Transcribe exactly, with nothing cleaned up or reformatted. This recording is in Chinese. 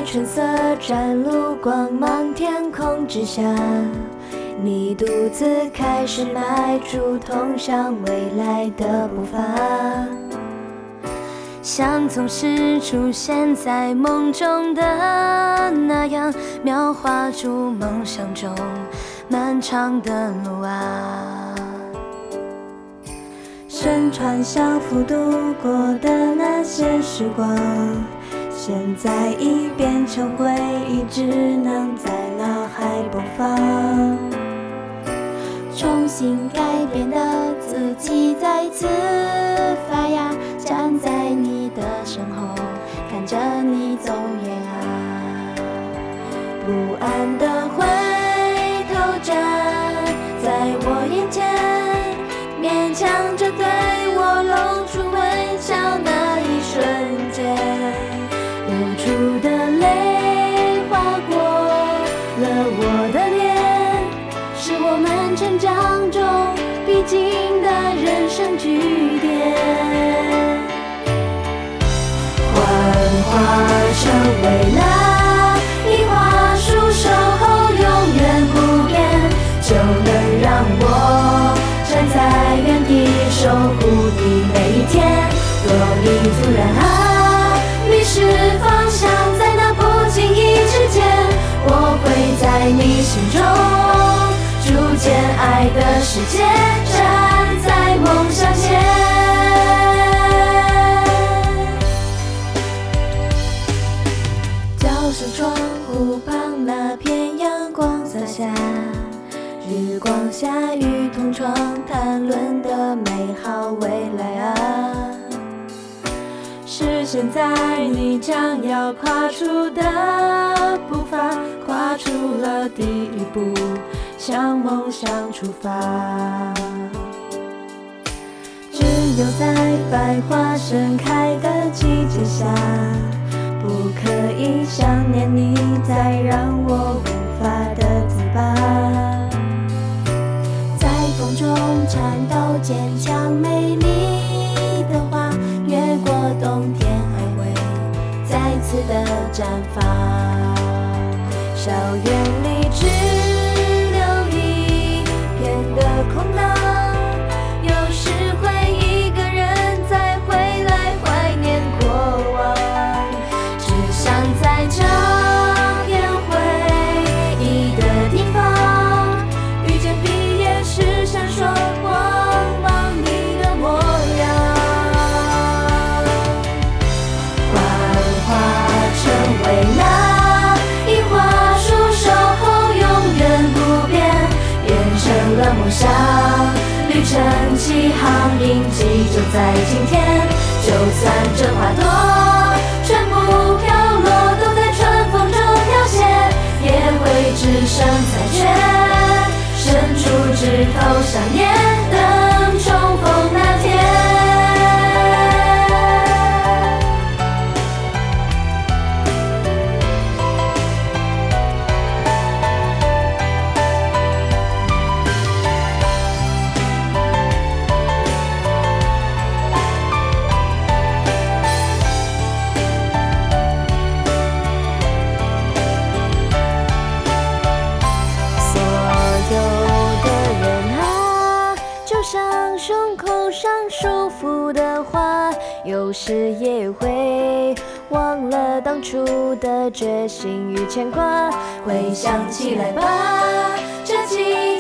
春色展露光芒，天空之下，你独自开始迈出通向未来的步伐，像总是出现在梦中的那样，描画出梦想中漫长的路啊。身穿校服度过的那些时光，现在已变成回忆，只能在脑海播放。重新改变的自己再次发芽，站在你的身后，看着你走远啊。不安的回头站在我眼前，勉强着对我露出微笑，那一瞬间流出的泪划过了我的脸，是我们成长中必经的人生句点。幻化成蔚蓝，樱花树守候永远不变，就能让我站在原地守护你每一天。若你突然啊迷失方向，在那不经意之间，我会在你心中筑建爱的世界，站在梦想前。教室窗户旁那片阳光洒下，日光下与同窗谈论的美好未来啊，是现在你将要跨出的步伐，跨出了第一步，向梦想出发。只有在百花盛开的季节下，不可以想念你，再让我无法的自拔。在风中颤抖坚强美丽的花，越过冬天还会再次的绽放。校园里只留一片的空荡，有时会一个人再回来怀念过往，只想在这片回忆的地方遇见毕业时闪烁光芒你的模样。幻化成蔚蓝，樱花树守候永远不变，变成了梦想，旅程起航，印记就在今天。就算这花朵全部飘落，都在春风中凋谢，也会只剩残缺，伸出指头想念，等重逢那天。胸口上束缚的花，有时也会忘了当初的决心与牵挂。回想起来吧，这季